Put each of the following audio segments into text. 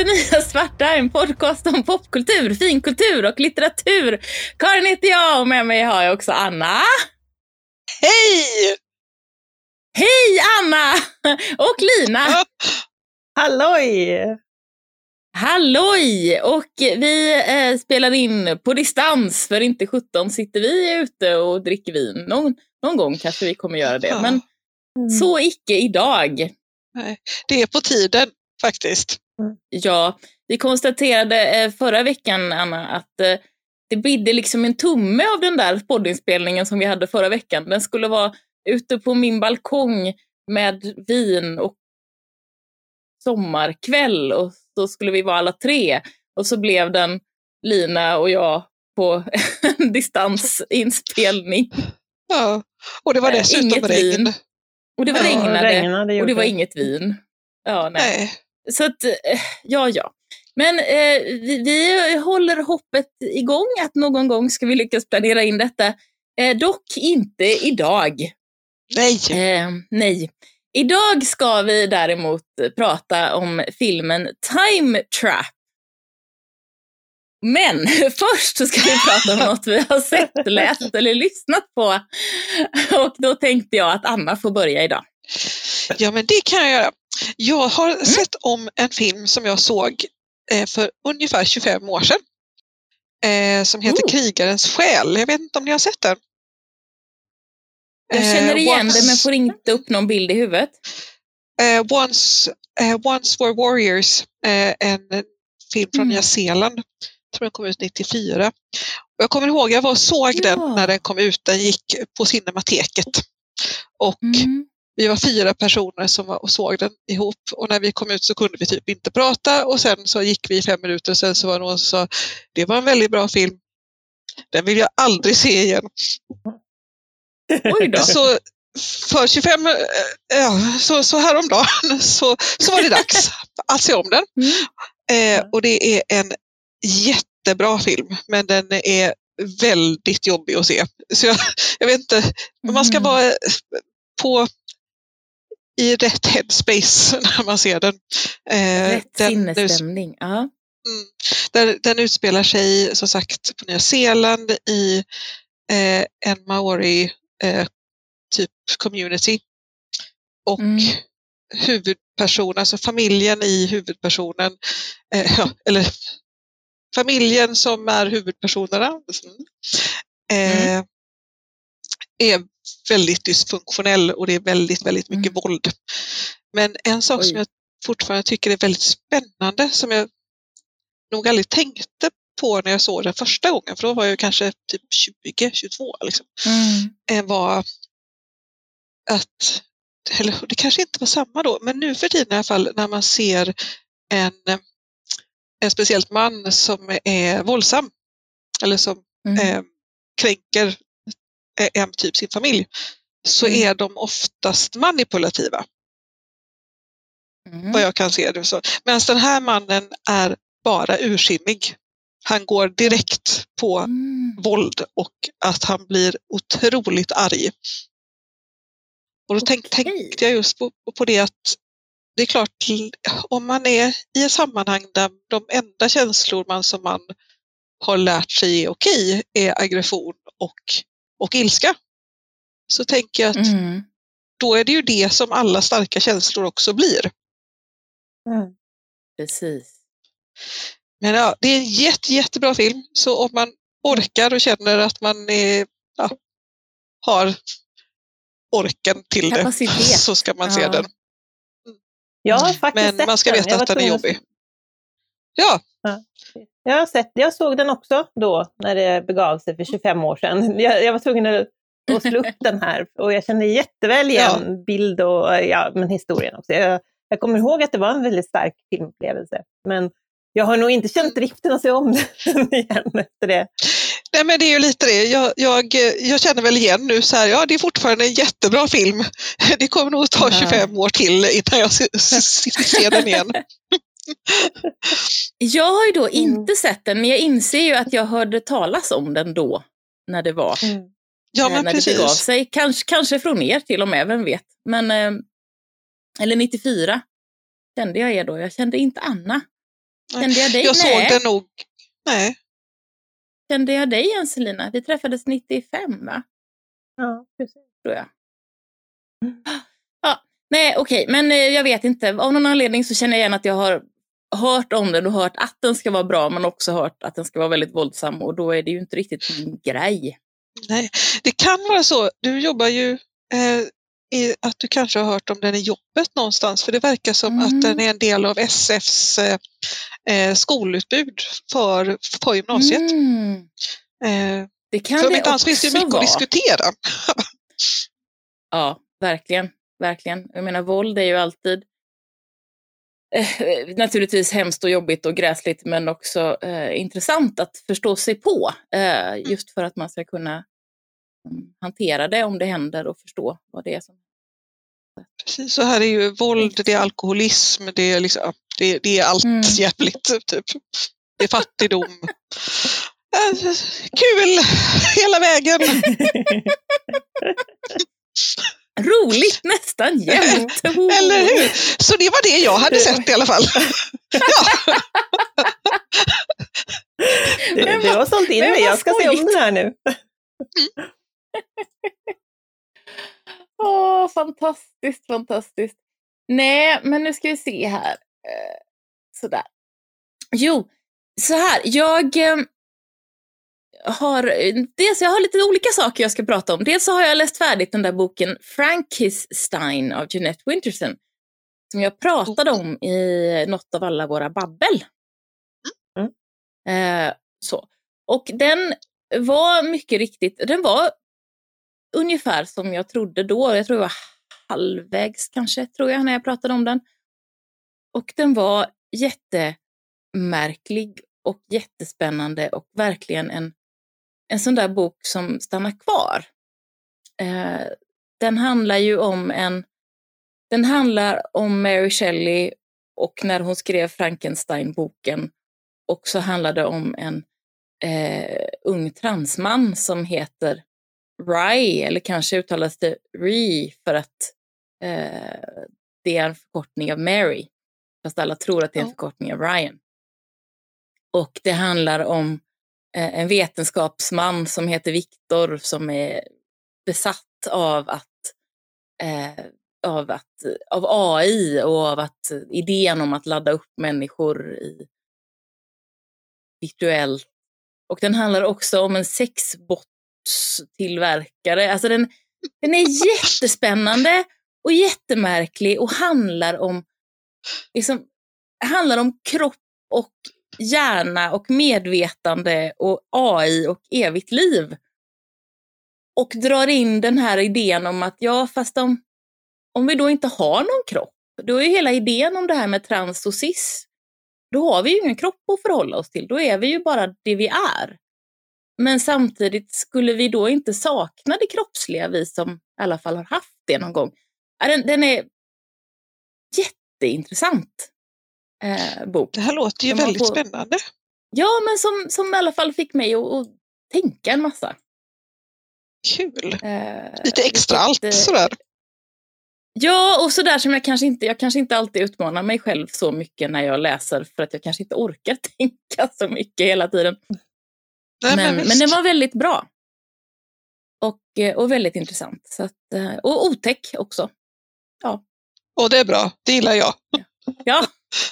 Det nya svarta, en podcast om popkultur, finkultur och litteratur. Karin heter jag och med mig har jag också Anna. Hej! Hej Anna! Och Lina. Halloj! Halloj! Och vi spelar in på distans, för inte 17 sitter vi ute och dricker vin. Någon gång kanske vi kommer göra det, men så icke idag. Nej, det är på tiden faktiskt. Ja, vi konstaterade förra veckan, Anna, att det bidde liksom en tumme av den där poddinspelningen som vi hade förra veckan. Den skulle vara ute på min balkong med vin och sommarkväll, och så skulle vi vara alla tre. Och så blev den Lina och jag på en distansinspelning. Ja, och det var dessutom inget regn. Vin. Och det var regnade och det var inget vin. Ja, nej. Så att, ja. Men vi håller hoppet igång att någon gång ska vi lyckas planera in detta. Dock inte idag. Nej. Idag ska vi däremot prata om filmen Time Trap. Men först så ska vi prata om något vi har sett, läst eller lyssnat på. Och då tänkte jag att Anna får börja idag. Ja, men det kan jag göra. Jag har sett om en film som jag såg för ungefär 25 år sedan. Som heter Krigarens själ. Jag vet inte om ni har sett den. Jag känner igen det, men får inte upp någon bild i huvudet. Once Were Warriors. En film från Nya Zeeland. Jag tror den kom ut 94. Och jag kommer ihåg, jag var och såg den när den kom ut. Den gick på Cinemateket. Och vi var 4 personer som var och såg den ihop. Och när vi kom ut så kunde vi typ inte prata. Och sen så gick vi 5 minuter. Och sen så var någon som sa, det var en väldigt bra film. Den vill jag aldrig se igen. Oj då. Så för 25, så häromdagen så var det dags att se om den. Och det är en jättebra film, men den är väldigt jobbig att se. Så jag vet inte, man ska vara i rätt headspace när man ser den. Rätt sinnesstämning, ja. Den utspelar sig som sagt på Nya Zeeland i en Maori typ community. Och huvudpersonen, alltså familjen i huvudpersonen, eller familjen som är huvudpersonerna är väldigt dysfunktionell och det är väldigt, väldigt mycket våld. Men en sak som jag fortfarande tycker är väldigt spännande, som jag nog aldrig tänkte på när jag såg den första gången, för då var jag kanske typ 20-22 liksom, var att, eller det kanske inte var samma då, men nu för tiden i alla fall, när man ser en speciellt man som är våldsam eller som kränker en typ sin familj, så är de oftast manipulativa. Vad jag kan se det så. Medan den här mannen är bara ursinnig. Han går direkt på våld och att han blir otroligt arg. Och då tänkte jag just på det, att det är klart, om man är i ett sammanhang där de enda känslor som man har lärt sig är okej är aggression och ilska, så tänker jag att då är det ju det som alla starka känslor också blir. Precis. Men ja, det är en jättebra film, så om man orkar och känner att man har orken till kapacitet, det, så ska man se den. Jag har faktiskt Men man ska veta att den är jobbig. Ja. Jag såg den också då när det begav sig för 25 år sedan. Jag var tvungen att slå upp den här och jag kände jätteväl igen bild och men historien också. Jag kommer ihåg att det var en väldigt stark filmupplevelse, men jag har nog inte känt driften att se om den igen efter det. Nej, men det är ju lite det. Jag känner väl igen nu så här, det är fortfarande en jättebra film. Det kommer nog ta 25 år till innan jag ser den igen. Jag har ju då inte sett den, men jag inser ju att jag hörde talas om den då, när det var. Ja, men när precis. Det begav sig. Kanske från er till och med, vem vet. Men, eller 94 kände jag er då. Jag kände inte Anna. Kände jag dig? Jag såg den nog. Nej. Kände jag dig än, Selina? Vi träffades 95, va? Ja, precis. Tror jag. Ja, nej, okej. Men jag vet inte. Av någon anledning så känner jag igen att jag har hört om den och hört att den ska vara bra, men också hört att den ska vara väldigt våldsam. Och då är det ju inte riktigt min grej. Nej, det kan vara så. Du jobbar ju att du kanske har hört om den i jobbet någonstans, för det verkar som att den är en del av SFs skolutbud på gymnasiet. Det kan för det inte annars finns det ju mycket att diskutera. Ja, verkligen. Verkligen. Jag menar, våld är ju alltid naturligtvis hemskt och jobbigt och gräsligt, men också intressant att förstå sig på. Just för att man ska kunna hantera det om det händer och förstå vad det är som. Precis, så här är ju våld, det är alkoholism, det är, liksom, det är allt jävligt typ. Det är fattigdom. Kul hela vägen. Roligt nästan jämt. Eller hur? Så det var det jag hade sett i alla fall. Ja. Du har sålt in mig, jag ska se om den här nu. Fantastiskt, fantastiskt. Nej, men nu ska vi se här. Sådär. Jo, så här. Jag har lite olika saker jag ska prata om. Dels så har jag läst färdigt den där boken Frankenstein av Jeanette Winterson, som jag pratade om i något av alla våra babbel. Så. Och den var mycket riktigt, den var ungefär som jag trodde då. Jag tror jag var halvvägs kanske, tror jag, när jag pratade om den. Och den var jättemärklig och jättespännande och verkligen en sån där bok som stannar kvar. Den handlar ju den handlar om Mary Shelley och när hon skrev Frankenstein-boken. Och så handlar det om en ung transman som heter Rye, eller kanske uttalas det Ree för att det är en förkortning av Mary. Fast alla tror att det är en förkortning av Ryan. Och det handlar om en vetenskapsman som heter Victor som är besatt av AI och av idén om att ladda upp människor virtuellt. Och den handlar också om en sexbottstillverkare. Alltså den är jättespännande och jättemärklig och handlar om kropp och hjärna och medvetande och AI och evigt liv. Och drar in den här idén om att fast om vi då inte har någon kropp, då är ju hela idén om det här med trans och cis, då har vi ju ingen kropp att förhålla oss till. Då är vi ju bara det vi är. Men samtidigt skulle vi då inte sakna det kroppsliga, vi som i alla fall har haft det någon gång. Den är jätteintressant bok. Det här låter ju väldigt spännande. Ja, men som i alla fall fick mig att tänka en massa. Kul. Lite extra allt sådär. Ja, och sådär som jag kanske inte alltid utmanar mig själv så mycket när jag läser, för att jag kanske inte orkar tänka så mycket hela tiden. Nej, men den var väldigt bra. Och väldigt intressant. Så att, och otäck också. Ja. Och det är bra, det gillar jag. Ja.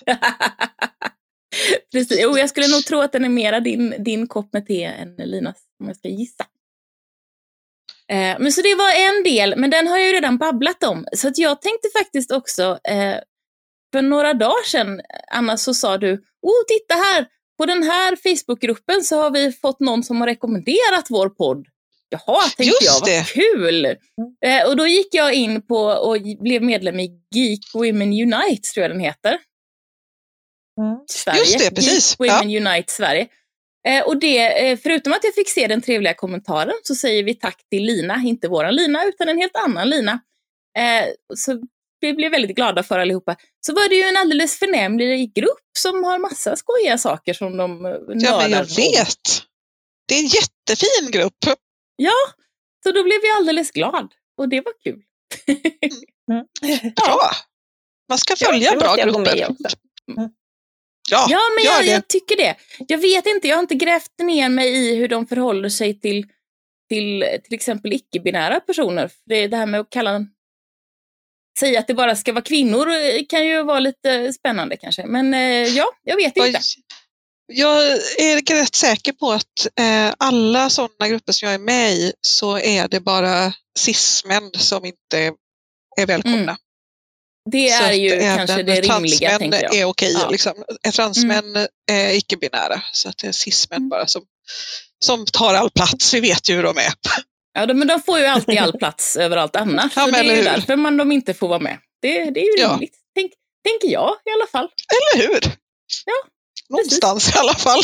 Precis. Och jag skulle nog tro att den är mera din kopp med te än Linas, om jag ska gissa. Men så det var en del, men den har jag ju redan babblat om. Så att jag tänkte faktiskt också, för några dagar sedan, Anna, så sa du, titta här, på den här Facebookgruppen så har vi fått någon som har rekommenderat vår podd. Jaha, tänkte jag, vad kul! Och då gick jag in på och blev medlem i Geek Women Unite, tror jag den heter. Sverige. Just det, precis. Geek Women Unite Sverige. Och det, förutom att jag fick se den trevliga kommentaren, så säger vi tack till Lina, inte våran Lina utan en helt annan Lina. Så vi blev väldigt glada för allihopa. Så var det ju en alldeles förnämlig grupp som har massa skojiga saker som de nördar. Ja, men jag vet. Det är en jättefin grupp. Ja, så då blev jag alldeles glad. Och det var kul. Bra. Man ska följa bra grupper. Ja, men jag tycker det. Jag vet inte, jag har inte grävt ner mig i hur de förhåller sig till exempel icke-binära personer. Det här med att säga att det bara ska vara kvinnor kan ju vara lite spännande kanske. Men jag vet inte. Jag är rätt säker på att alla sådana grupper som jag är med i så är det bara cis-män som inte är välkomna. Det är ju kanske det rimliga, tänker jag. Är okej, liksom. Transmän är icke-binära, så att det är cis-män bara som tar all plats. Vi vet ju hur de är. Ja, men de får ju alltid all plats överallt annars. Så det är ju därför de inte får vara med. Det är ju rimligt, tänker jag i alla fall. Eller hur? Ja. Någonstans precis. I alla fall.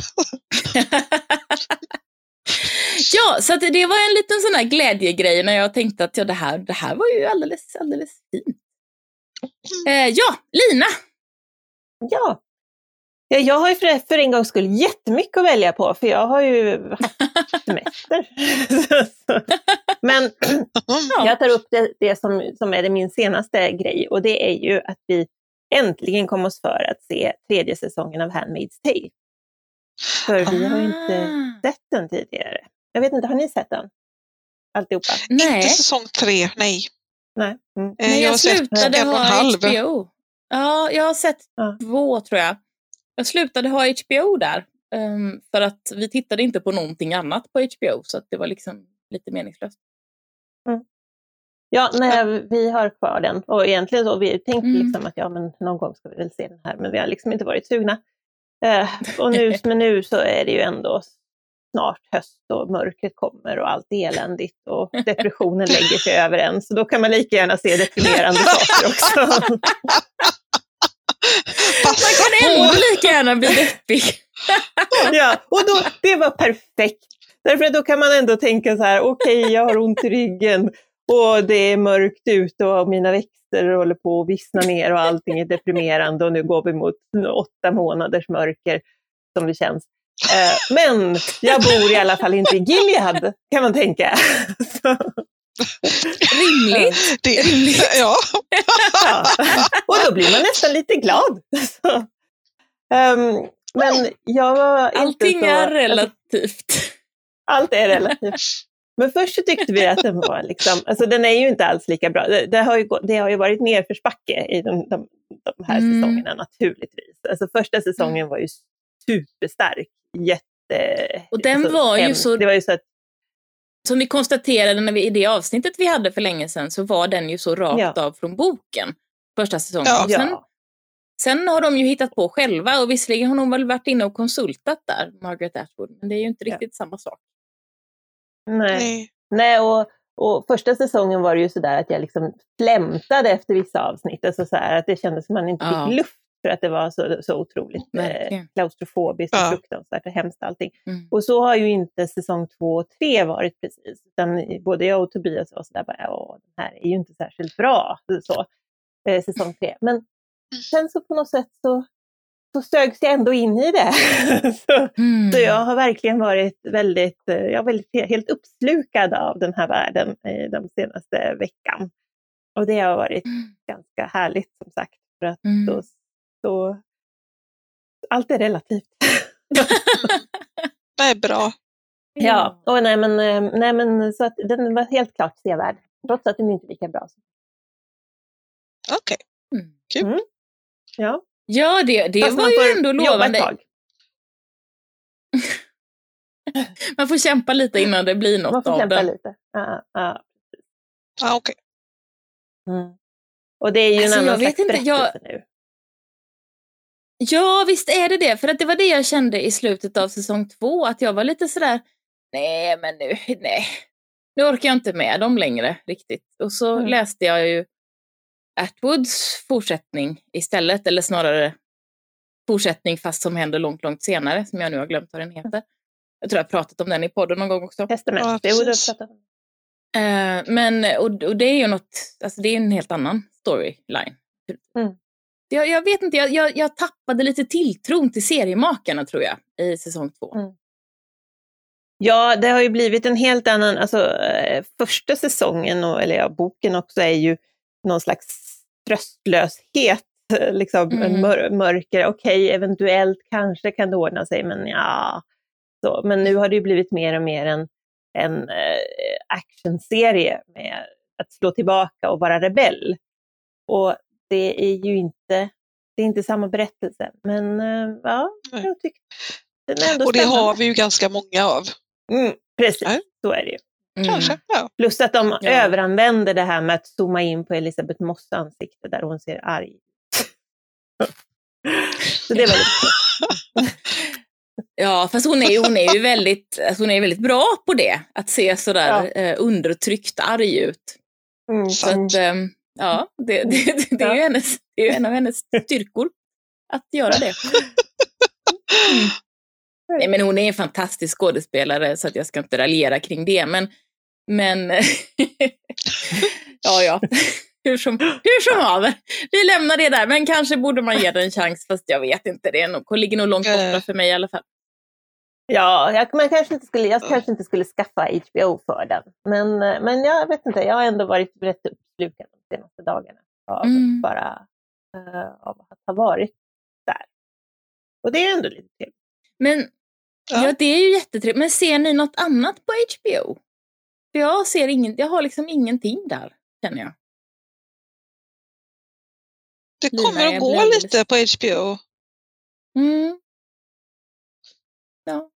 Ja, så att det var en liten sån här glädjegrej när jag tänkte att det här var ju alldeles fint. Ja, Lina. Ja. Jag har ju för en gångs skull jättemycket att välja på, för jag har ju haft semester. Men jag tar upp det som är min senaste grej, och det är ju att vi äntligen kom oss för att se 3:e säsongen av Handmaid's Tale. För vi har ju inte sett den tidigare. Jag vet inte, har ni sett den? Alltihopa? Nej. Inte säsong 3, nej. Nej. Nej, jag slutade ha HBO. Ja, jag har sett 2 tror jag. Jag slutade ha HBO där. För att vi tittade inte på någonting annat på HBO. Så att det var liksom lite meningslöst. Ja, nej, vi har kvar den. Och egentligen så vi tänkte liksom att men någon gång ska vi väl se den här. Men vi har liksom inte varit sugna. Och nu så är det ju ändå snart höst och mörkret kommer och allt är eländigt och depressionen lägger sig över en. Så då kan man lika gärna se deprimerande saker också. Man kan ändå lika gärna bli deppig. Ja, och det var perfekt. Därför att då kan man ändå tänka så här, okej, jag har ont i ryggen och det är mörkt ute och mina växter håller på att vissna ner och allting är deprimerande och nu går vi mot 8 månaders mörker som det känns. Men jag bor i alla fall inte i Gilead, kan man tänka. Rimligt. Rimligt. Ja. Ja. Och då blir man nästan lite glad. Men jag var allting inte så, är relativt. Allt är relativt. Men först så tyckte vi att den var liksom, alltså den är ju inte alls lika bra. Det har ju varit nerförsbacke i de här säsongerna naturligtvis. Alltså första säsongen var ju superstark, och den var ju så, det var ju så att, som vi konstaterade när i det avsnittet vi hade för länge sedan, så var den ju så rakt av från boken första säsongen. Ja. Sen har de ju hittat på själva, och visserligen har de väl varit inne och konsultat där, Margaret Atwood, men det är ju inte riktigt samma sak. Nej, och första säsongen var det ju sådär att jag liksom flämtade efter vissa avsnitt, alltså så här att det kändes som man inte fick luft för att det var så otroligt klaustrofobiskt och fruktansvärt och hemskt allting. Och så har ju inte säsong 2 och 3 varit precis, utan både jag och Tobias var sådär bara, den här är ju inte särskilt bra, så, säsong 3. Men sen så på något sätt så sögs jag ändå in i det. Så jag har verkligen varit helt uppslukad av den här världen i den senaste veckan. Och det har varit ganska härligt, som sagt, för att så allt är relativt. Det är bra. Ja, och nej men så att den var helt klart sevärd, trots att den inte är lika bra. Okej. Kul. Ja. Ja, det var ju ändå lovande. Man får kämpa lite innan det blir något av det. Man får kämpa lite. Okej. Och det är ju en annan slags berättelse nu. Ja, visst är det. För att det var det jag kände i slutet av säsong 2. Att jag var lite sådär, nej. Nu orkar jag inte med dem längre riktigt. Och så läste jag ju Atwoods fortsättning istället. Eller snarare fortsättning fast som händer långt, långt senare. Som jag nu har glömt vad den heter. Jag tror jag har pratat om den i podden någon gång också. Testament, det har pratat om. Men det är ju något, alltså det är en helt annan storyline. Jag vet inte, jag tappade lite tilltron till seriemakarna, tror jag, i säsong 2. Ja, det har ju blivit en helt annan, alltså första säsongen, boken också, är ju någon slags tröstlöshet liksom en mörker. Okej, eventuellt kanske kan det ordna sig, men ja. Så. Men nu har det ju blivit mer och mer en actionserie med att slå tillbaka och vara rebell. Och det är ju inte samma berättelse. Men ja, jag tycker den är ändå och det spännande. har vi ju ganska många av. Precis, så är det ju. Kanske, ja. Plus att de överanvänder det här med att zooma in på Elisabeth Moss ansikte där hon ser arg. Så det är väldigt bra. Ja, fast hon är ju väldigt bra på det. Att se sådär undertryckt arg ut. Så att, det är ju en av hennes styrkor att göra det. Nej, men hon är en fantastisk skådespelare, så att jag ska inte raljera kring det. Men ja. Hur som haver. Vi lämnar det där, men kanske borde man ge den en chans, fast jag vet inte. Det ligger nog långt borta för mig i alla fall. Ja, jag kanske inte skulle skaffa HBO för den. Men jag vet inte, jag har ändå varit rätt uppslukad de senaste dagarna av att ha varit där. Och det är ändå lite trevligt. Men det är ju jättetrevligt. Men ser ni något annat på HBO? För jag har liksom ingenting där, känner jag. Det kommer att gå lite på HBO. Ja.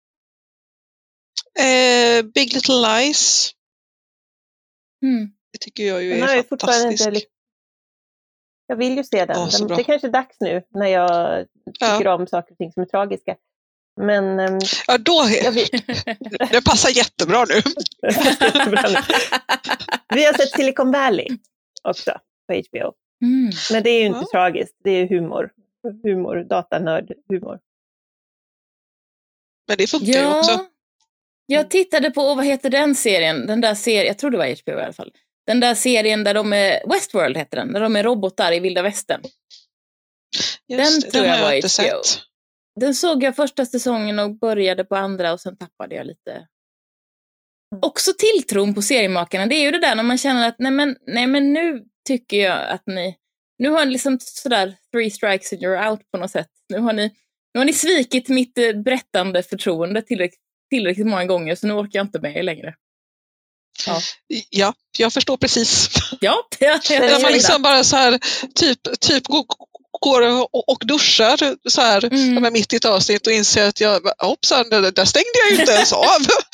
Big Little Lies. Det tycker jag ju är fantastisk. Jag vill ju se den. Det är kanske är dags nu när jag tycker om saker och ting som är tragiska. Men det passar jättebra nu. Vi har sett Silicon Valley också på HBO. Men det är ju inte tragiskt. Det är humor, datanörd humor. Men det funkar ju också. Jag tittade på, vad heter den serien? Den där serien, jag tror det var HBO i alla fall. Den där serien där de är, Westworld heter den, där de är robotar i vilda västern. Den tror jag var HBO. Den såg jag första säsongen och började på andra, och sen tappade jag lite. Också tilltron på seriemakarna. Det är ju det där när man känner att nej men nu tycker jag att nu har ni liksom sådär 3 strikes and you're out på något sätt. Nu har ni svikit mitt berättande förtroende tillräckligt många gånger, så nu orkar jag inte med er längre. Ja, jag förstår precis. Ja, när man liksom bara så här typ går och duschar så här mitt i ett avsnitt och inser att hoppsan, där stängde jag ju inte ens av.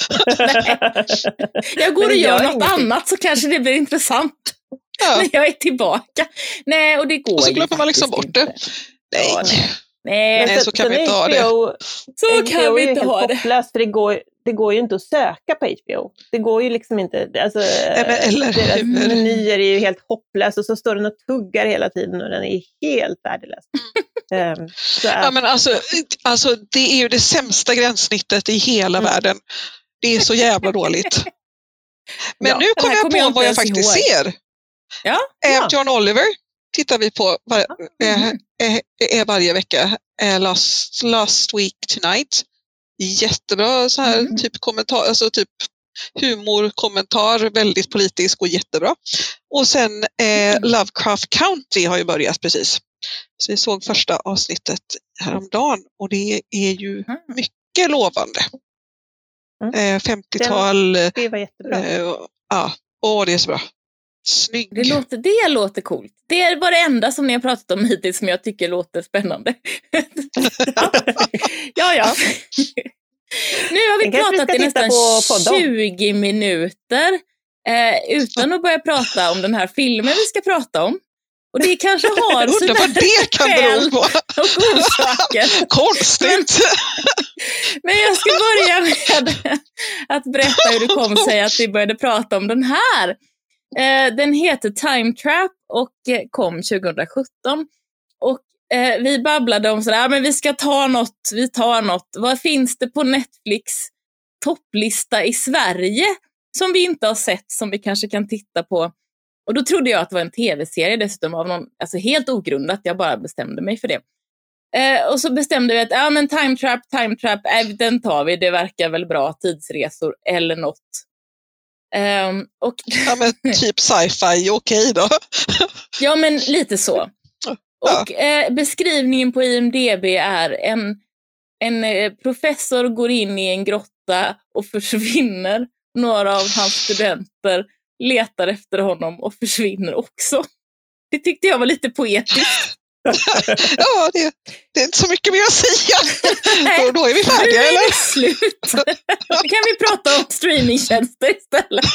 Jag går och gör något annat, så kanske det blir intressant när jag är tillbaka. Nej, och det går. Och så glömmer man liksom bort det. Nej, så kan vi inte ha det. Så kan vi inte ha det. För det går ju inte att söka på HBO. Det går ju liksom inte. Alltså, deras menyer är ju helt hopplösa, och så står den och tuggar hela tiden, och den är helt värdelös. Men alltså, det är ju det sämsta gränssnittet i hela världen. Det är så jävla dåligt. Men nu kommer jag på vad jag faktiskt ser. John Oliver tittar vi på varje vecka. Last Week Tonight. Jättebra så här typ kommentar, alltså typ humorkommentar, väldigt politisk och jättebra. Och sen Lovecraft Country har ju börjat precis. Så vi såg första avsnittet häromdagen, och det är ju mycket lovande. 50-tal. Det var jättebra. Det är så bra. Snygg. Det låter coolt. Det var det enda som ni har pratat om hittills som jag tycker låter spännande. Ja. Nu har vi pratat i nästan 20 minuter utan att börja prata om den här filmen vi ska prata om. Och det kanske har sina skäl och orsaker. Konstigt. Men jag ska börja med att berätta hur det kom sig att vi började prata om den här. Den heter Time Trap och kom 2017. Och vi babblade om sådär, men vi ska ta något, vi tar något. Vad finns det på Netflix topplista i Sverige som vi inte har sett, som vi kanske kan titta på? Och då trodde jag att det var en tv-serie dessutom, av någon, alltså helt ogrundat, jag bara bestämde mig för det. Och så bestämde vi att men Time Trap, den tar vi, det verkar väl bra, tidsresor eller något. Men typ sci-fi, okej då. Ja, men lite så. Och beskrivningen på IMDb är en professor går in i en grotta och försvinner. Några av hans studenter letar efter honom och försvinner också. Det tyckte jag var lite poetiskt. Ja, det är inte så mycket mer att säga. Då är vi färdiga, eller? Nu är det slut. Nu kan vi prata om streamingtjänster istället.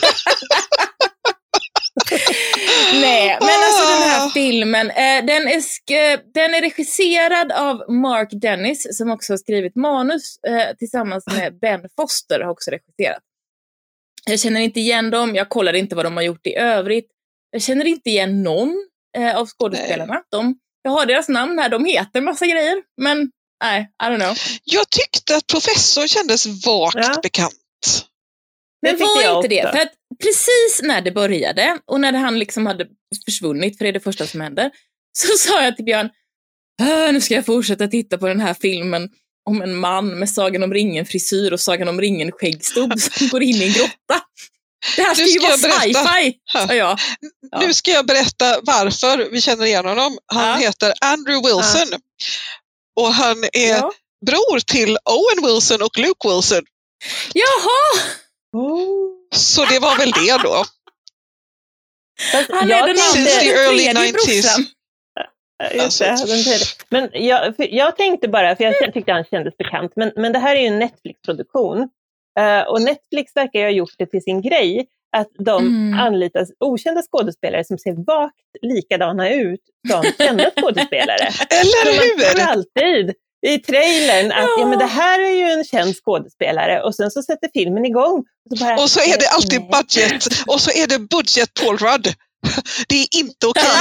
Nej, men alltså den här filmen, den är regisserad av Mark Dennis, som också har skrivit manus tillsammans med Ben Foster, har också regisserat. Jag känner inte igen dem, jag kollar inte vad de har gjort i övrigt. Jag känner inte igen någon av skådespelarna. Jag har deras namn här, de heter massa grejer, men nej, I don't know. Jag tyckte att professor kändes vagt bekant. Men var inte det, för att precis när det började och när han liksom hade försvunnit, för det är det första som händer, så sa jag till Björn, nu ska jag fortsätta titta på den här filmen om en man med Sagan om ringen frisyr och Sagan om ringen skäggstubb som går in i en grotta. Det här ska ju vara sci-fi, sa jag. Ja. Nu ska jag berätta varför vi känner igen honom. Han heter Andrew Wilson. Och han är bror till Owen Wilson och Luke Wilson. Jaha! Så det var väl det då. Han är den tredje brorsan. Just det, men jag tänkte bara, för jag tyckte han kändes bekant, men det här är ju en Netflix-produktion. Och Netflix verkar ju ha gjort det till sin grej att de anlitar okända skådespelare som ser vagt likadana ut som kända skådespelare. Eller hur? Man tror alltid i trailern att men det här är ju en känd skådespelare, och sen så sätter filmen igång. Och så är det alltid budget, och så är det budget Paul Rudd. Det är inte okej.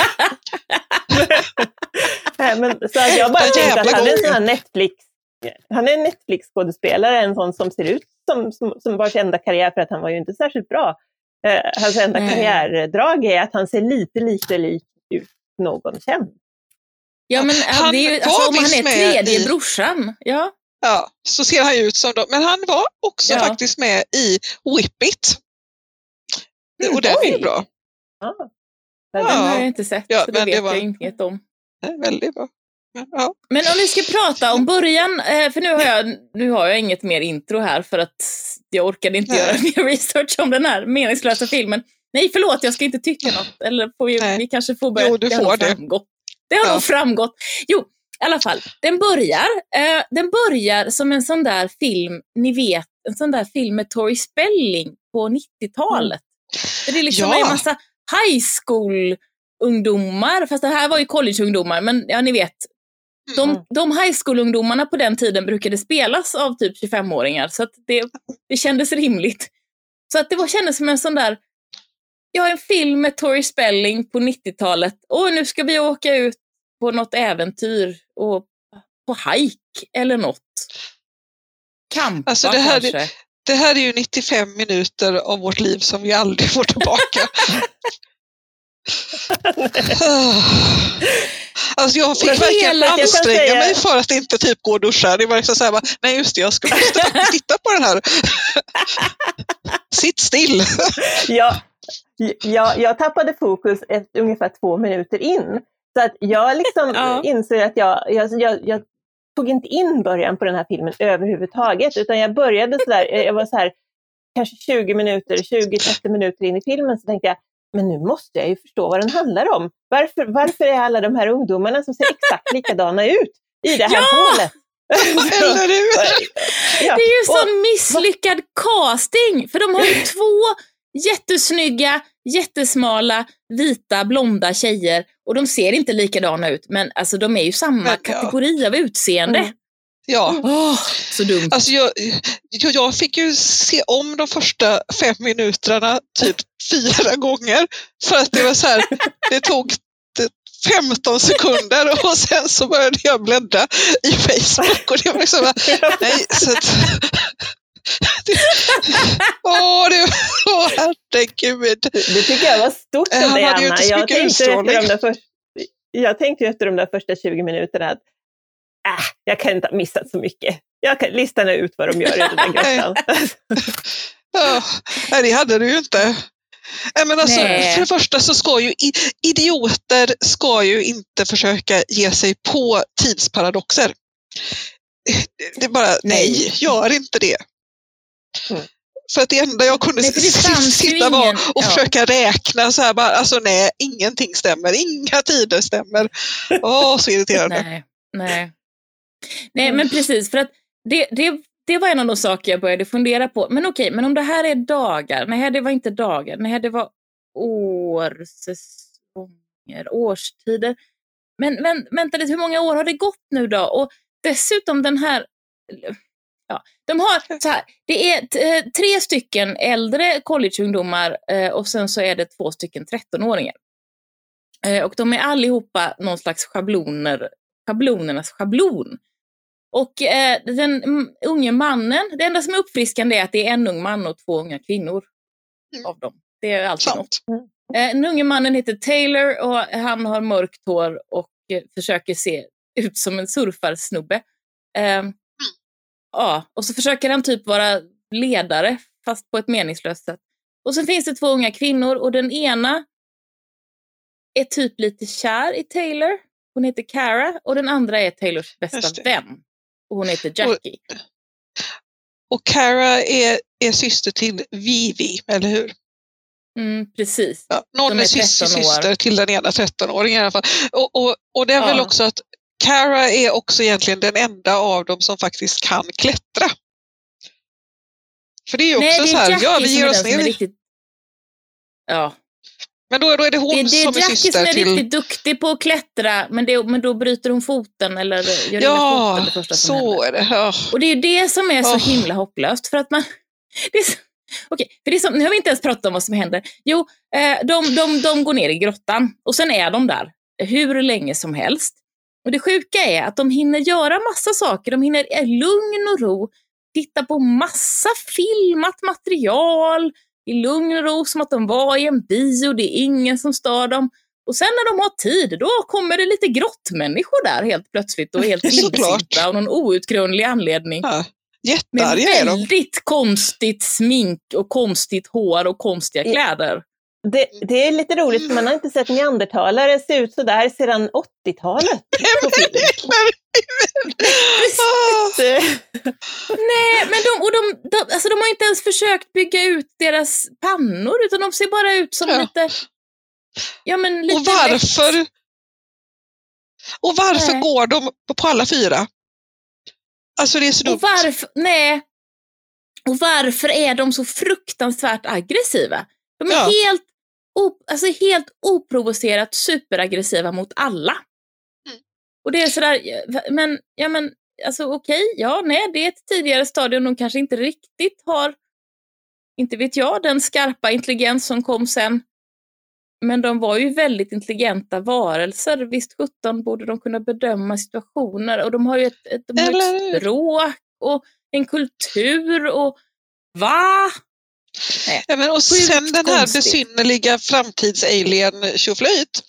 Nej, men så jag bara tänkte att han är en sån här Netflix. Han är en Netflix-skådespelare, en sån som ser ut som vars enda karriär, för att han var ju inte särskilt bra. Hans enda karriärdrag är att han ser lite lik ut någon känd. Ja, men det är ju, alltså, om han är tredje brorsan. Ja, så ser han ut som dem. Men han var också faktiskt med i Whip It. Och den är ju bra. Den har jag inte sett, så det vet jag inget om. Väldigt bra. Men om vi ska prata om början, för nu har jag inget mer intro här, för att jag orkade inte göra mer research om den här meningslösa filmen. Nej, förlåt, jag ska inte tycka något. Eller vi kanske får börja. Jo, du får det. Det har nog framgått. Jo, i alla fall, den börjar som en sån där film, ni vet, en sån där film med Tori Spelling på 90-talet. Det är liksom en massa high school ungdomar, fast det här var ju college-ungdomar, men ja, ni vet, de high school-ungdomarna på den tiden brukade spelas av typ 25-åringar, så att det kändes rimligt. Så att det kändes som en sån där, en film med Tori Spelling på 90-talet, och nu ska vi åka ut på något äventyr och på hike eller något. Kampa alltså kanske. Det här är ju 95 minuter av vårt liv som vi aldrig får tillbaka. Alltså jag fick verkligen anstränga mig för att inte typ gå och duscha. Det var liksom så här, nej just det, jag ska faktiskt titta på den här. Sitt still. Jag tappade fokus ungefär 2 minuter in. Så att jag liksom inser att jag tog inte in början på den här filmen överhuvudtaget, utan jag började jag var så här kanske 20-30 minuter in i filmen, så tänkte jag, men nu måste jag ju förstå vad den handlar om. Varför är alla de här ungdomarna som ser exakt likadana ut i det här hålet? Eller hur? Det är ju sån misslyckad casting, för de har ju 2 jättesnygga, jättesmala, vita, blonda tjejer, och de ser inte likadana ut, men alltså de är ju samma kategori av utseende. Ja. Så dumt. Alltså jag fick ju se om de första 5 minuterna typ 4 gånger, för att det var så här, det tog 15 sekunder och sen så började jag bläddra i Facebook, och det var liksom nej, så att herregud. Det tycker jag var stort av dig, Anna. Jag tänkte efter de där första 20 minuterna att jag kan inte ha missat så mycket. Jag kan lista ut vad de gör i den där grottan. Nej, det hade du ju inte. Men alltså, för det första så ska ju idioter ska ju inte försöka ge sig på tidsparadoxer. Det är bara, nej, gör inte det. För att det enda jag kunde sitta var och försöka räkna så här bara, alltså nej, ingenting stämmer, inga tider stämmer. Så irriterande. Nej, men precis, för att det var en av de saker jag började fundera på. Men okej, men om det här är dagar, nej det var inte dagar, nej det var årstider. Men vänta lite, hur många år har det gått nu då? Och dessutom den här, de har så här, det är 3 stycken äldre collegeungdomar och sen så är det 2 stycken 13-åringar. Och de är allihopa någon slags schablonernas schablon. Och den unge mannen, det enda som är uppfriskande är att det är en ung man och 2 unga kvinnor av dem. Det är alltid något. Den unge mannen heter Taylor och han har mörkt hår och försöker se ut som en surfarsnubbe. Och så försöker han typ vara ledare fast på ett meningslöst sätt. Och så finns det 2 unga kvinnor och den ena är typ lite kär i Taylor. Hon heter Cara och den andra är Taylors bästa vän. Och hon heter Jackie. Och Cara är syster till Vivi, eller hur? Precis. Ja, någon är syster till den ena 13-åringen i alla fall. Och det är väl också att Cara är också egentligen den enda av dem som faktiskt kan klättra. För det är ju också så här, vi ger oss ner. Riktigt... Ja. Men då är det hon som är syster till... Det är Jackie som är riktigt duktig på att klättra, men då bryter hon foten eller gör illa foten det första som händer. Så är det. Ja. Och det är ju det som är så himla hopplöst, för att man... Okej, för det är som, nu har vi inte ens pratat om vad som händer. Jo, de går ner i grottan och sen är de där hur länge som helst. Och det sjuka är att de hinner göra massa saker. De hinner i lugn och ro titta på massa filmat material i lugn och ro som att de var i en bio. Det är ingen som stör dem. Och sen när de har tid, då kommer det lite grottmänniskor där helt plötsligt och helt vildsintna av någon outgrundlig anledning. Ja. Med väldigt konstigt smink och konstigt hår och konstiga kläder. Det är lite roligt, för man har inte sett neandertalare se ut så där sedan 80-talet. Nej, men de har inte ens försökt bygga ut deras pannor, utan de ser bara ut som lite... Ja, men lite... Och varför går de på alla 4? Alltså det är så dumt. Och varför är de så fruktansvärt aggressiva? De är helt oprovocerat superaggressiva mot alla. Och det är sådär, men alltså okej, det är ett tidigare stadium. De kanske inte riktigt har, inte vet jag, den skarpa intelligens som kom sen. Men de var ju väldigt intelligenta varelser. Visst 17 borde de kunna bedöma situationer. Och de har ju ett språk och en kultur och Ja, men och sen den här besynnerliga framtids-alien tjoflöjt.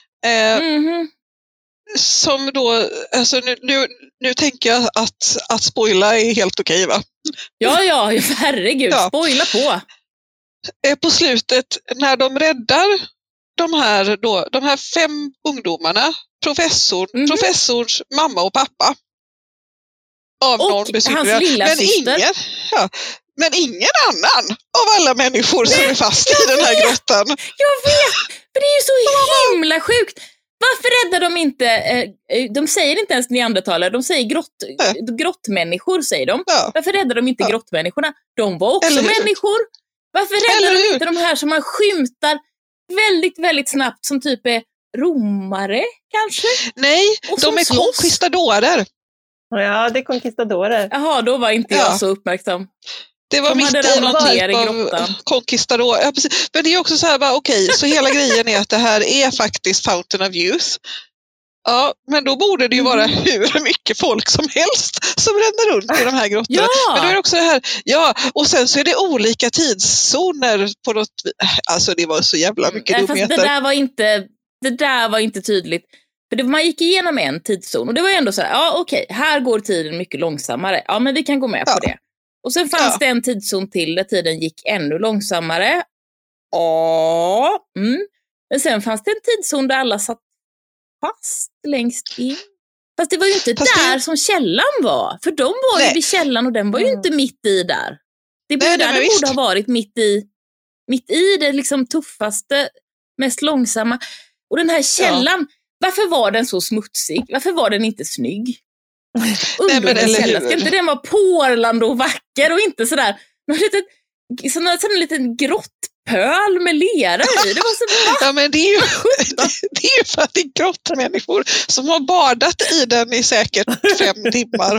Som då, alltså nu tänker jag att spoila är helt okej, va? Ja, herregud, spoila på. På slutet, när de räddar de här 5 ungdomarna, professors mamma och pappa. Av och någon hans lilla syster. Men ingen annan av alla människor som är fast i den här grottan. Jag vet, för det är ju så himla sjukt. Varför räddar de inte, de säger inte ens neandertalare, de säger grottmänniskor säger de. Ja. Varför räddar de inte grottmänniskorna? De var också människor. Varför räddar de inte de här som man skymtar väldigt, väldigt snabbt som typ är romare kanske? Nej, de är conquistadorer. Ja, det är conquistadorer. Jaha, då var inte jag så uppmärksam. Det var mitt i någon typ av conquistador. Ja, precis. Men det är också så här, okej, så hela grejen är att det här är faktiskt Fountain of Youth. Ja, men då borde det ju vara hur mycket folk som helst som ränner runt i de här grottorna. Ja. Men då är det också det här, och sen så är det olika tidszoner på något. Alltså det var så jävla mycket dumheter. Det där var inte tydligt. För man gick igenom en tidszon och det var ändå så här, okej, här går tiden mycket långsammare. Ja, men vi kan gå med på det. Och sen fanns det en tidszon till där tiden gick ännu långsammare. Ja. Men sen fanns det en tidszon där alla satt fast längst in. Fast det var ju inte där som källan var. För de var ju vid källan och den var ju inte mitt i där. Det borde ha varit mitt i det liksom tuffaste, mest långsamma. Och den här källan, varför var den så smutsig? Varför var den inte snygg? Underbara källan, ska inte den vara porlande och vacker och inte sådär någon liten grottpöl med lera i. Det var så ja, men det är ju för att det är grottmänniskor som har badat i den i säkert 5 timmar.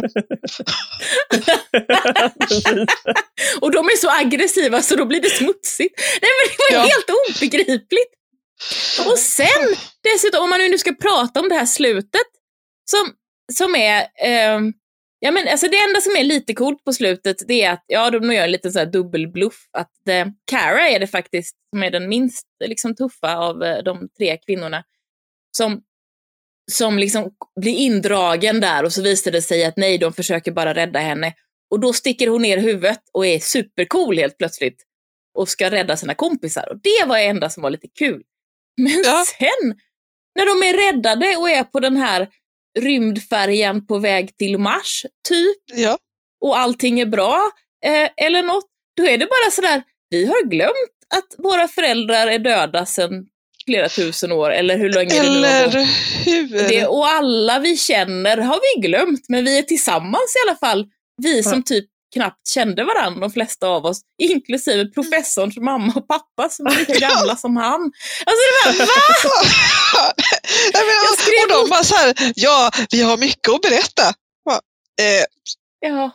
Och de är så aggressiva så då blir det smutsigt. Nej, men det var helt obegripligt. Och sen, dessutom, om man nu ska prata om det här slutet som är alltså det enda som är lite coolt på slutet, det är att de gör en liten så här dubbelbluff att Cara är det faktiskt som är den minst liksom tuffa av de 3 kvinnorna som liksom blir indragen där, och så visar det sig att nej, de försöker bara rädda henne, och då sticker hon ner huvudet och är supercool helt plötsligt och ska rädda sina kompisar, och det var det enda som var lite kul. Men sen när de är räddade och är på den här rymdfärjan på väg till Mars typ, och allting är bra eller något, då är det bara sådär, vi har glömt att våra föräldrar är döda sedan flera tusen år, eller hur länge det och alla vi känner har vi glömt, men vi är tillsammans i alla fall, vi som typ knappt kände varandra, de flesta av oss, inklusive professorns mamma och pappa som är lika gamla som han. Alltså det var, va? Och de var så här, vi har mycket att berätta. Ja,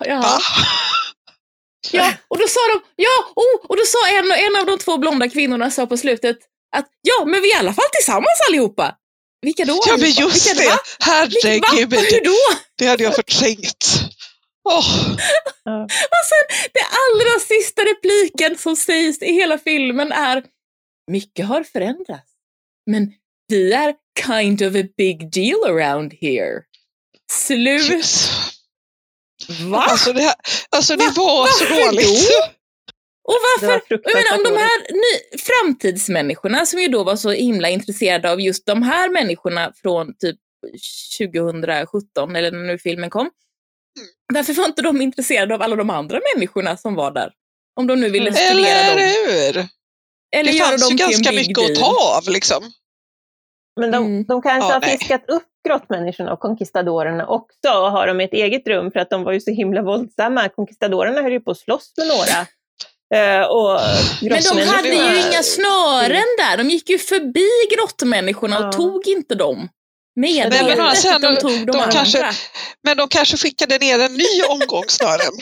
och då sa de, och då sa en av de 2 blonda kvinnorna sa på slutet att men vi är i alla fall tillsammans allihopa. Vilka då? Ja, men just det. Herregud. Hur då? Det hade jag förträngt. Och sen det allra sista repliken som sägs i hela filmen är: mycket har förändrats, men vi är kind of a big deal around here. Slut. Yes. Va? Alltså det var så dåligt. Då? Och varför? Jag menar, om de här framtidsmänniskorna som ju då var så himla intresserade av just de här människorna från typ 2017 eller när nu filmen kom. Varför var inte de intresserade av alla de andra människorna som var där? Om de nu ville studera dem. Eller det fanns ju ganska mycket att ta av liksom. Men de kanske har fiskat upp grottmänniskorna och konkistadorerna också, och har de ett eget rum för att de var ju så himla våldsamma. Konkistadorerna höll ju på att slåss med några. Men de hade ju inga snören där. De gick ju förbi grottmänniskorna och tog inte dem. Men de kanske skickade ner en ny omgång snören.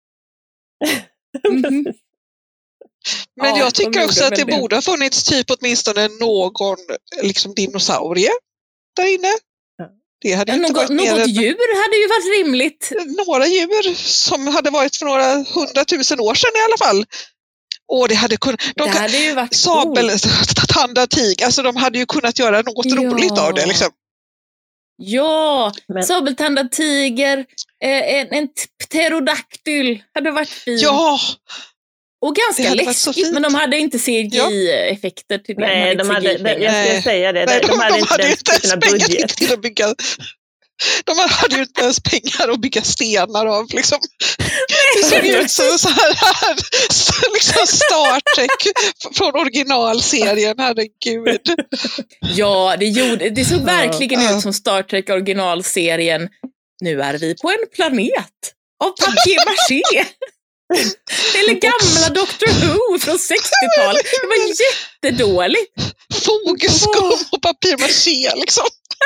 Men jag tycker också att det borde ha funnits typ åtminstone någon liksom dinosaurie där inne. Det hade inte varit något djur hade ju varit rimligt. Några djur som hade varit för några 100 000 år sedan i alla fall. Och det hade kunnat, det hade ju varit sabeltandatig, alltså de hade ju kunnat göra något roligt av det liksom. Ja, sabeltandad tiger, en pterodaktyl hade varit fin. Ja. Och ganska läskigt, men de hade inte CGI-effekter till det. Nej, jag skulle säga det. De hade inte den typen av budget. Till att bygga. De hade ju inte ens pengar att bygga stenar av liksom. Det såg ut som så här liksom Star Trek från originalserien, herregud. Ja, det såg verkligen ut som Star Trek originalserien. Nu är vi på en planet av papier-maché. Eller gamla Doctor Who från 60-talet. Det var jättedåligt. Fogeskum och papier-maché liksom.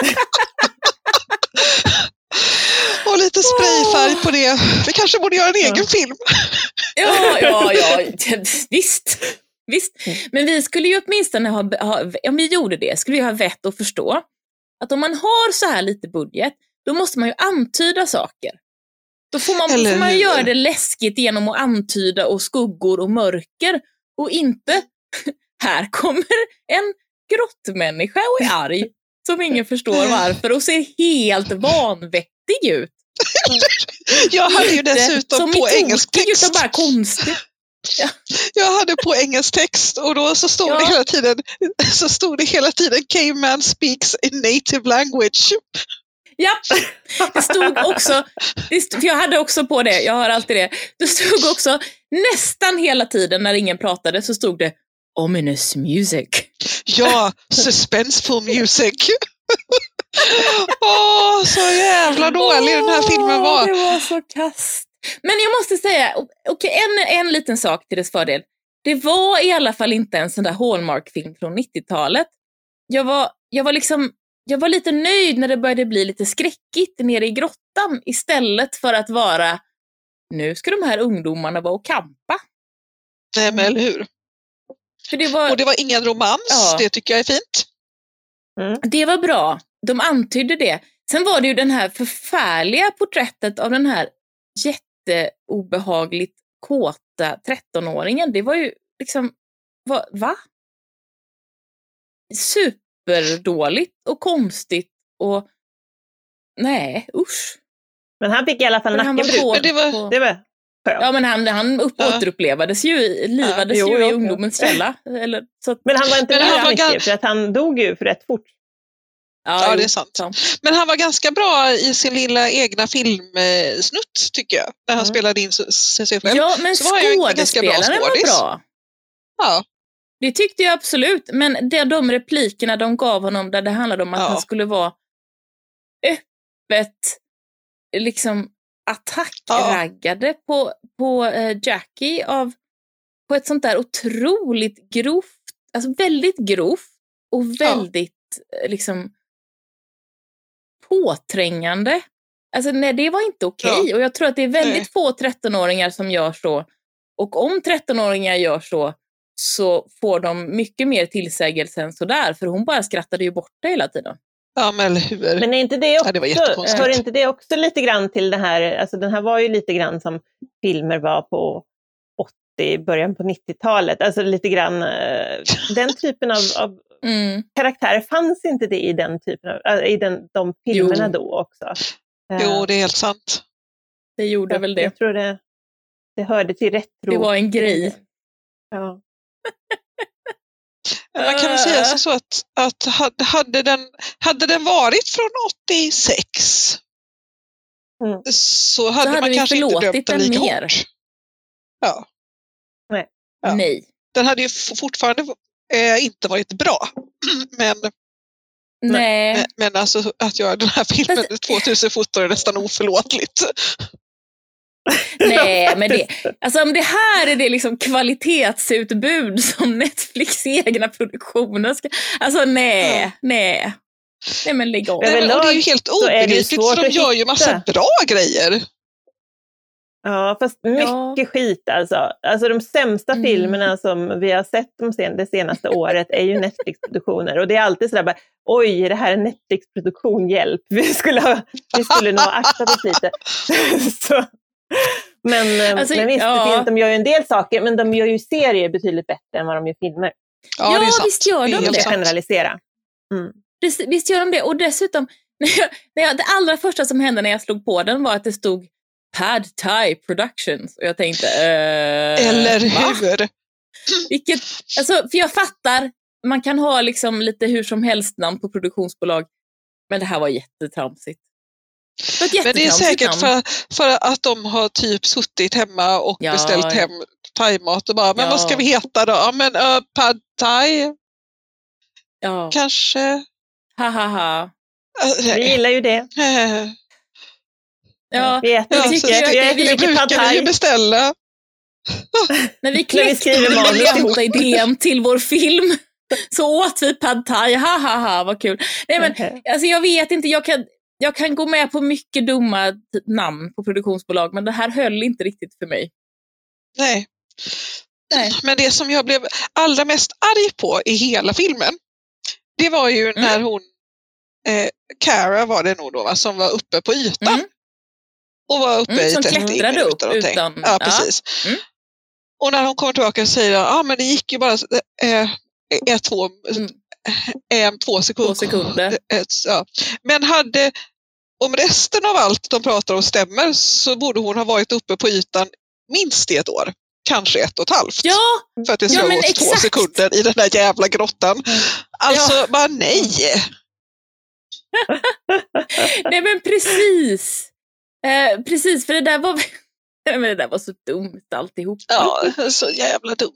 Och lite sprayfärg på det. Vi kanske borde göra en egen film. Ja. Visst. Men vi skulle ju åtminstone om vi gjorde det, skulle vi ha vett att förstå att om man har så här lite budget, då måste man ju antyda saker. Då får man göra det läskigt genom att antyda och skuggor och mörker, och inte här kommer en grottmänniska och är arg som ingen förstår varför och ser helt vanvettig ut. Jag hade ju dessutom på engelsk text. Utan bara konstigt. Ja. Jag hade på engelsk text och då så stod det hela tiden Caveman speaks in native language. Ja, det stod också, för jag hade också på det, jag har alltid det. Det stod också nästan hela tiden när ingen pratade så stod det ominous music. Ja, suspenseful music. Så jävla dålig den här filmen var. Det var så kast. Men jag måste säga, en liten sak till dess fördel. Det var i alla fall inte en sån där Hallmark-film från 90-talet. Jag var lite nöjd när det började bli lite skräckigt nere i grottan istället för att vara, nu ska de här ungdomarna vara och kampa. Nej, men eller hur? Och det var ingen romans, det tycker jag är fint. Det var bra, de antydde det. Sen var det ju den här förfärliga porträttet av den här jätteobehagligt kåta 13-åringen. Det var ju liksom, va? Superdåligt och konstigt och nej, usch. Men han fick i alla fall nacken bruten. Det var ja, men han återupplevades ju, livades ju i ungdomens källa. Eller, så att, men han var inte mycket, för att han dog ju för rätt fort. Ja, det är sant. Men han var ganska bra i sin lilla egna filmsnutt, tycker jag. När han spelade in sig själv. Ja, men så skådespelaren var bra. Ja. Det tyckte jag absolut. Men de replikerna de gav honom där det handlade om att han skulle vara öppet liksom attackraggade på Jackie på ett sånt där otroligt grovt, alltså väldigt grovt och väldigt liksom påträngande. Alltså nej, det var inte okej. Och jag tror att det är väldigt få 13-åringar som gör så. Och om 13-åringar gör så får de mycket mer tillsägelse än sådär. För hon bara skrattade ju bort det hela tiden. Ja, men hur? Men är inte det också, det var jättekonstigt. hör inte det också lite grann till det här, alltså den här var ju lite grann som filmer var på 80, början på 90-talet. Alltså lite grann, den typen av karaktärer fanns inte det i den typen av, i de filmerna då också. Jo, det är helt sant. Det gjorde väl det. Jag tror det hörde till retro. Det var en grej. Ja. Man kan väl säga så att hade den varit från 86 så hade man kanske inte dömt den lika hårt. Ja. Nej. Ja. Nej. Den hade ju fortfarande inte varit bra. Men alltså att göra den här filmen 2017 är nästan oförlåtligt. Nej, men alltså om det här är det liksom kvalitetsutbud som Netflix egna produktioner ska, alltså nej men lägg av. Och det är ju helt obegripligt för de gör ju massa bra grejer. Ja, fast mycket skit alltså de sämsta filmerna som vi har sett det senaste året är ju Netflix-produktioner, och det är alltid sådär bara, oj, det här är en Netflix-produktion, hjälp, vi skulle nog akta oss lite. Så. Men visst, de gör ju en del saker, men de gör ju serier betydligt bättre än vad de gör filmer. Ja, det är sant. Visst gör de det. Generalisera. Visst gör de det, och dessutom det allra första som hände när jag slog på den var att det stod Pad Thai Productions, och jag tänkte eller hur? Vilket, alltså, för jag fattar, man kan ha liksom lite hur som helst namn på produktionsbolag, men det här var jättetramsigt. Men det är säkert för att de har typ suttit hemma och beställt hem thaimat och bara, men vad ska vi heta då? Ja, men Pad Thai. Ja. Kanske. Hahaha. Vi gillar ju det. Ja, vi brukar vi ju beställa. När vi klickade idén till vår film så åt vi Pad Thai. Hahaha, vad kul. Nej, men alltså jag vet inte, jag kan gå med på mycket dumma namn på produktionsbolag, men det här höll inte riktigt för mig. Nej. Men det som jag blev allra mest arg på i hela filmen, det var ju när hon Cara var det nog då, va, som var uppe på ytan. Och var uppe i 30 minuter. Utan, ja, precis. Och när hon kommer tillbaka och säger men det gick ju bara 2 sekunder. Ja. Men om resten av allt de pratar om stämmer, så borde hon ha varit uppe på ytan minst i ett år. kanske 1,5. Ja, för att det ska gå 2 sekunder i den där jävla grottan. Alltså, bara nej. Nej, men precis. Precis, för det där var så dumt alltihop. Ja, så jävla dumt.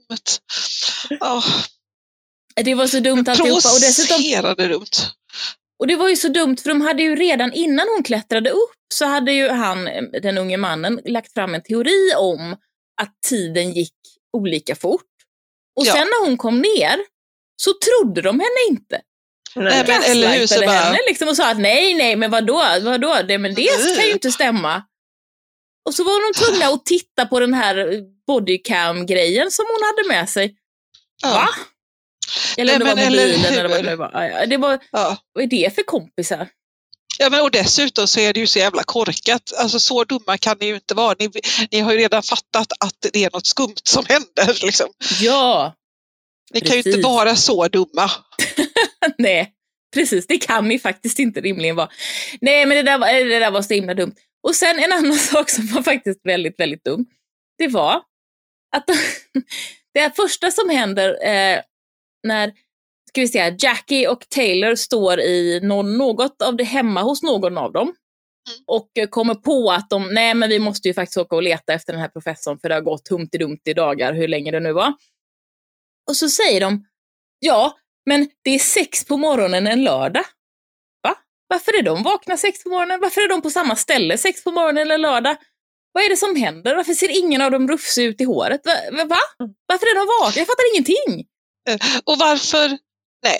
Det var så dumt alltihopa. Och dessutom dumt. Och det var ju så dumt, för de hade ju redan innan hon klättrade upp så hade ju den unge mannen, lagt fram en teori om att tiden gick olika fort. Och sen när hon kom ner så trodde de henne inte. Eller hur, så bara henne liksom och sa att nej, men vadå? Det kan ju inte stämma. Och så var de tvungna att titta på den här bodycam-grejen som hon hade med sig. Va? Eller det var mobilen eller vad det var. Vad är det för kompisar? Ja, men och dessutom så är det ju så jävla korkat. Alltså så dumma kan ni ju inte vara. Ni har ju redan fattat att det är något skumt som händer liksom. Ja. Ni kan ju inte vara så dumma. Nej, precis. Det kan ni faktiskt inte rimligen vara. Nej, men det där var så himla dumt. Och sen en annan sak som var faktiskt väldigt, väldigt dum. Det var att det första som händer när Jackie och Taylor står i något av det hemma hos någon av dem och kommer på att men vi måste ju faktiskt åka och leta efter den här professorn, för det har gått humt i dagar, hur länge det nu var. Och så säger de, men det är 6 på morgonen en lördag. Va? Varför är de vakna 6 på morgonen? Varför är de på samma ställe 6 på morgonen en lördag? Vad är det som händer? Varför ser ingen av dem rufsig ut i håret? Va? Varför är de vakna? Jag fattar ingenting. Och varför? Nej.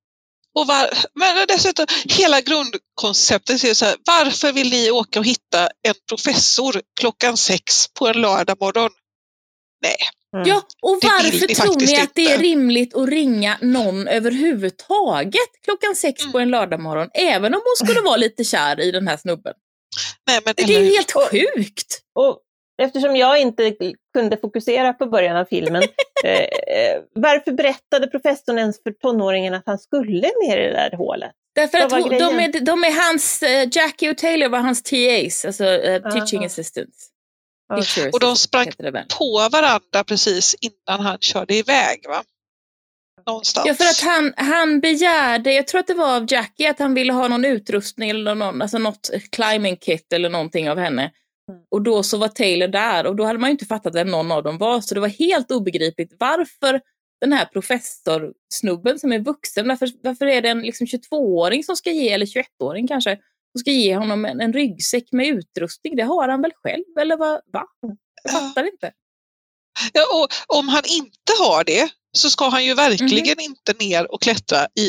Men dessutom, hela grundkonceptet är så här, varför vill ni åka och hitta en professor 6 på en lördag morgon? Nej. Ja, och varför tror ni att det är rimligt att ringa någon överhuvudtaget 6 på en lördag morgon, även om hon skulle vara lite kär i den här snubben? Nej, men det är helt sjukt. Och eftersom jag inte kunde fokusera på början av filmen, varför berättade professorn ens för tonåringen att han skulle ner i det där hålet? Därför att de är hans, Jackie och Taylor var hans TAs, alltså teaching assistants. Och de sprang på varandra precis innan han körde iväg, va? Någonstans. Ja, för att han begärde, jag tror att det var av Jackie, att han ville ha någon utrustning eller något climbing kit eller någonting av henne. Och då så var Taylor där, och då hade man ju inte fattat vem någon av dem var, så det var helt obegripligt varför den här professorsnubben som är vuxen, varför är det en 22-åring som ska ge, eller 21-åring kanske, som ska ge honom en ryggsäck med utrustning. Det har han väl själv, eller va? Jag fattar inte. Ja, och om han inte har det så ska han ju verkligen inte ner och klättra i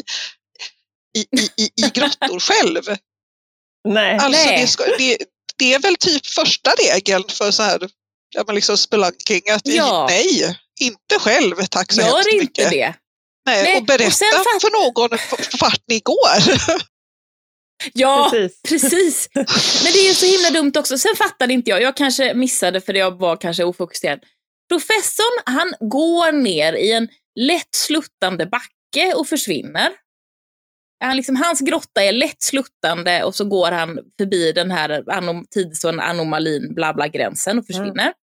grottor själv. Nej. Alltså det är väl typ första regeln för så här, spelunking, att nej, inte själv, tack så hemskt mycket. Gör inte det. Nej, och berätta för någon vart ni går. Ja, precis. Men det är ju så himla dumt också. Sen fattade inte jag kanske missade, för jag var kanske ofokuserad. Professorn, han går ner i en lätt sluttande backe och försvinner. Hans grotta är lätt sluttande, och så går han förbi den här tidsanomalin, bla bla gränsen, och försvinner.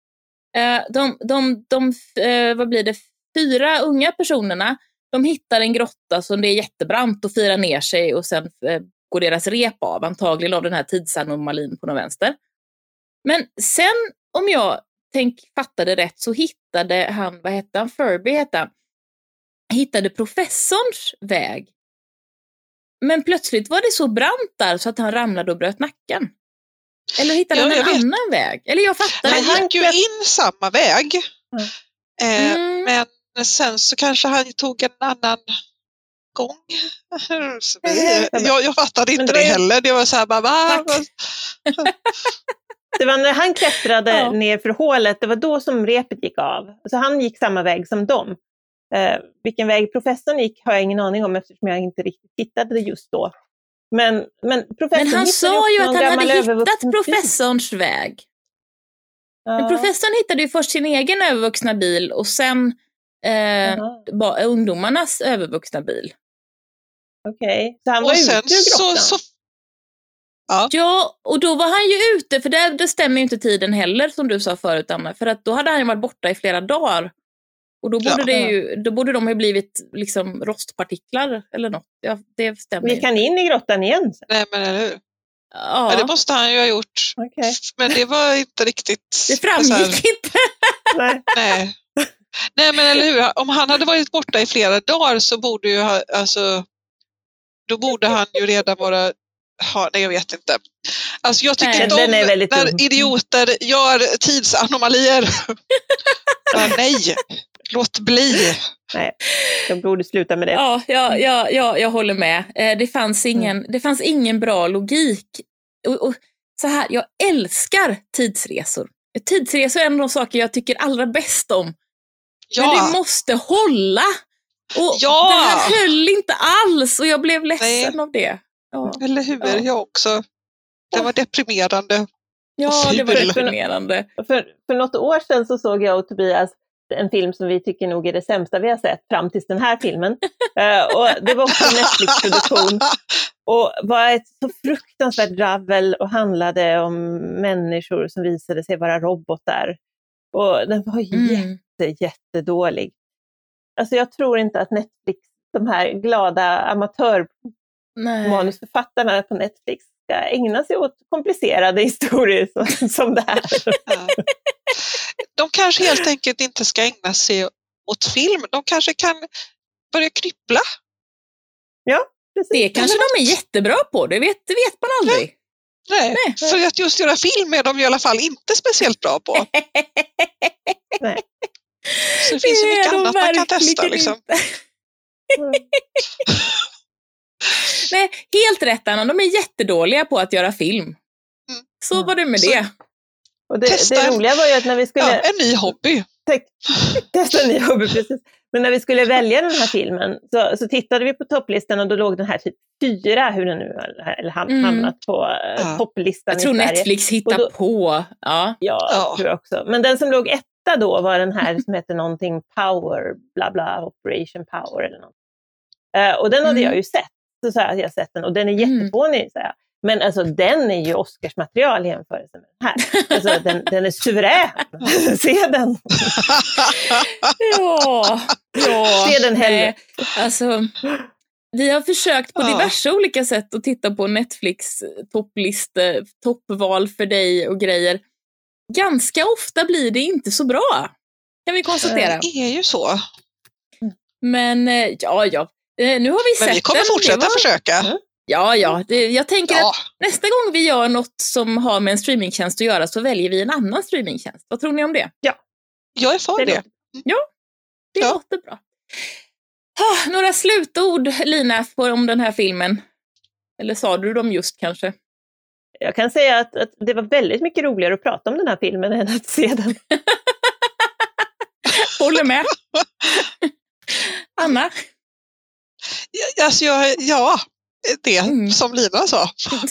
Vad blir det? 4 unga personerna, de hittar en grotta som det är jättebrant och firar ner sig, och sen går deras rep av, antagligen av den här tidsanomalin på någon vänster. Men sen, om jag fattade rätt, så hittade han, Furby hittade professorns väg. Men plötsligt var det så brant där så att han ramlade och bröt nacken. Eller hittade han en annan väg? Eller jag fattar. Han gick ju in samma väg. Men sen så kanske han tog en annan gång. Jag fattade inte det heller. Det var så här bara... Det var när han klättrade ner för hålet, det var då som repet gick av. Så han gick samma väg som dem. Vilken väg professorn gick har jag ingen aning om, eftersom jag inte riktigt hittade det just då. Men han sa ju att han hade hittat professorns väg. Men professorn hittade ju först sin egen övervuxna bil, och sen ungdomarnas övervuxna bil. Okej, så han var ute ur grottan. Ja, och då var han ju ute, för det stämmer ju inte tiden heller som du sa förut, Anna, för att då hade han ju varit borta i flera dagar. Och då borde, då borde de ha blivit liksom rostpartiklar eller något. Ja, det stämmer. Vi kan in i grottan igen. Nej, men eller hur? Ja. Men det måste han ju ha gjort. Okay. Men det var inte riktigt... Det framgick inte. Nej. Nej, men eller hur? Om han hade varit borta i flera dagar så borde ju då borde han ju redan vara... nej, jag vet inte. Alltså jag tycker inte om när idioter gör tidsanomalier. Nej, låt bli. Nej, de borde sluta med det. Ja, jag håller med. Det fanns ingen bra logik. Och så här, jag älskar tidsresor. Tidsresor är en av de saker jag tycker allra bäst om. Ja. Men det måste hålla. Och det här höll inte alls och jag blev ledsen av det. Ja. Eller hur, jag också. Det var deprimerande. Ja, det var deprimerande. För något år sedan så såg jag och Tobias en film som vi tycker nog är det sämsta vi har sett fram till den här filmen. Och det var också en Netflix-produktion. Och var ett så fruktansvärt dravel och handlade om människor som visade sig vara robotar. Och den var jättedålig. Alltså jag tror inte att Netflix, de här glada amatörmanusförfattarna på Netflix ska ägna sig åt komplicerade historier som det här. Ja. De kanske helt enkelt inte ska ägna sig åt film. De kanske kan börja kryppla. Ja, precis. Det kanske de är jättebra på. Det vet man aldrig. Nej, för att just göra film är de i alla fall inte speciellt bra på. Nej. Så det finns ju mycket annat man kan testa. Liksom. Nej, helt rätt, Anna. De är jättedåliga på att göra film. Så var det med det. Och det roliga var ju att när vi skulle... en ny hobby. Testa en ny hobby, precis. Men när vi skulle välja den här filmen så tittade vi på topplistan och då låg den här typ 4, hur den nu hamnat på topplistan i Sverige. Jag tror Netflix hittar på. Ja, tror jag också. Men den som låg 1 då var den här som heter någonting Power, bla bla, Operation Power eller något. Och den hade jag ju sett. Så sa jag att jag har sett den och den är jättefånig, så jag. Men alltså den är ju Oscarsmaterial i jämförelse med den här. Alltså den är suverän. Se den. Ja. Se den hellre. Alltså, vi har försökt på diverse olika sätt att titta på Netflix toppliste, toppval för dig och grejer. Ganska ofta blir det inte så bra. Kan vi konstatera. Det är ju så. Men nu har vi sett den. Men vi kommer fortsätta försöka. Ja. Jag tänker att nästa gång vi gör något som har med en streamingtjänst att göra så väljer vi en annan streamingtjänst. Vad tror ni om det? Ja, jag är för det. Ja, det låter bra. Några slutord, Lina, om den här filmen? Eller sa du dem just kanske? Jag kan säga att det var väldigt mycket roligare att prata om den här filmen än att se den. Håller med. Anna? Alltså, som Lina sa.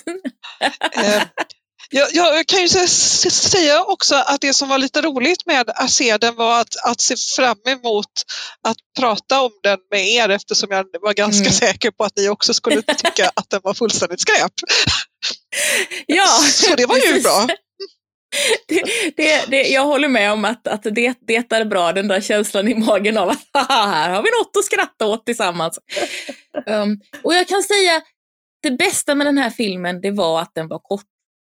Jag kan ju säga också att det som var lite roligt med att se den var att se fram emot att prata om den med er, eftersom jag var ganska säker på att ni också skulle tycka att den var fullständigt skräp. Ja, så det var ju bra. Jag håller med om att det är bra, den där känslan i magen av att här har vi något att skratta åt tillsammans. Och jag kan säga det bästa med den här filmen, det var att den var kort.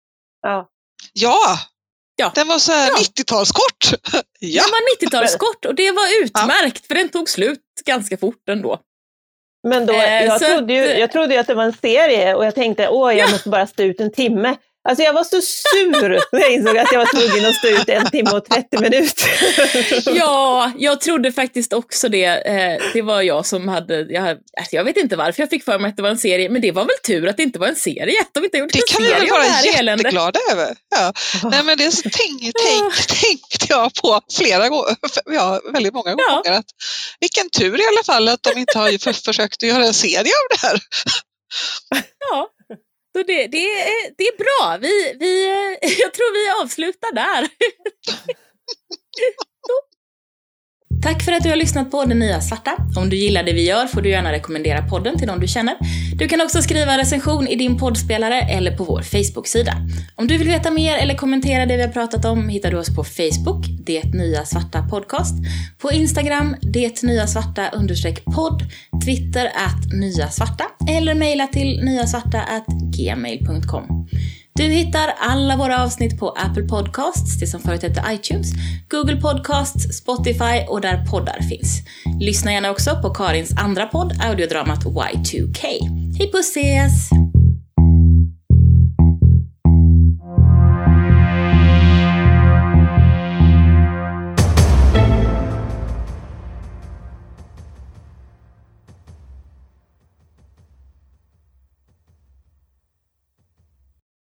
Ja. Den var så här 90-talskort. Ja. Den var 90-talskort och det var utmärkt för den tog slut ganska fort ändå. Men då, jag trodde ju att det var en serie och jag tänkte, jag måste bara stå ut en timme. Alltså jag var så sur när jag insåg att jag var tvungen att stå ut 1 timme och 30 minuter. Ja, jag trodde faktiskt också det. Det var jag som jag vet inte varför jag fick för mig att det var en serie, men det var väl tur att det inte var en serie. Att de inte gjort det kan vi väl vara jätteglada över. Ja. Nej, men det tänkte jag på flera gånger, väldigt många gånger. Att, vilken tur i alla fall att de inte har försökt att göra en serie av det här. Ja. Så det är bra. Jag tror vi avslutar där. Tack för att du har lyssnat på Det Nya Svarta. Om du gillar det vi gör får du gärna rekommendera podden till någon du känner. Du kan också skriva en recension i din poddspelare eller på vår Facebook-sida. Om du vill veta mer eller kommentera det vi har pratat om hittar du oss på Facebook, Det Nya Svarta Podcast, på Instagram, Det Nya Svarta _podd, Twitter @nyasvarta eller mejla till nyasvarta@gmail.com. Du hittar alla våra avsnitt på Apple Podcasts, det som förut hette iTunes, Google Podcasts, Spotify och där poddar finns. Lyssna gärna också på Karins andra podd, audiodramat Y2K. Hej puss ses!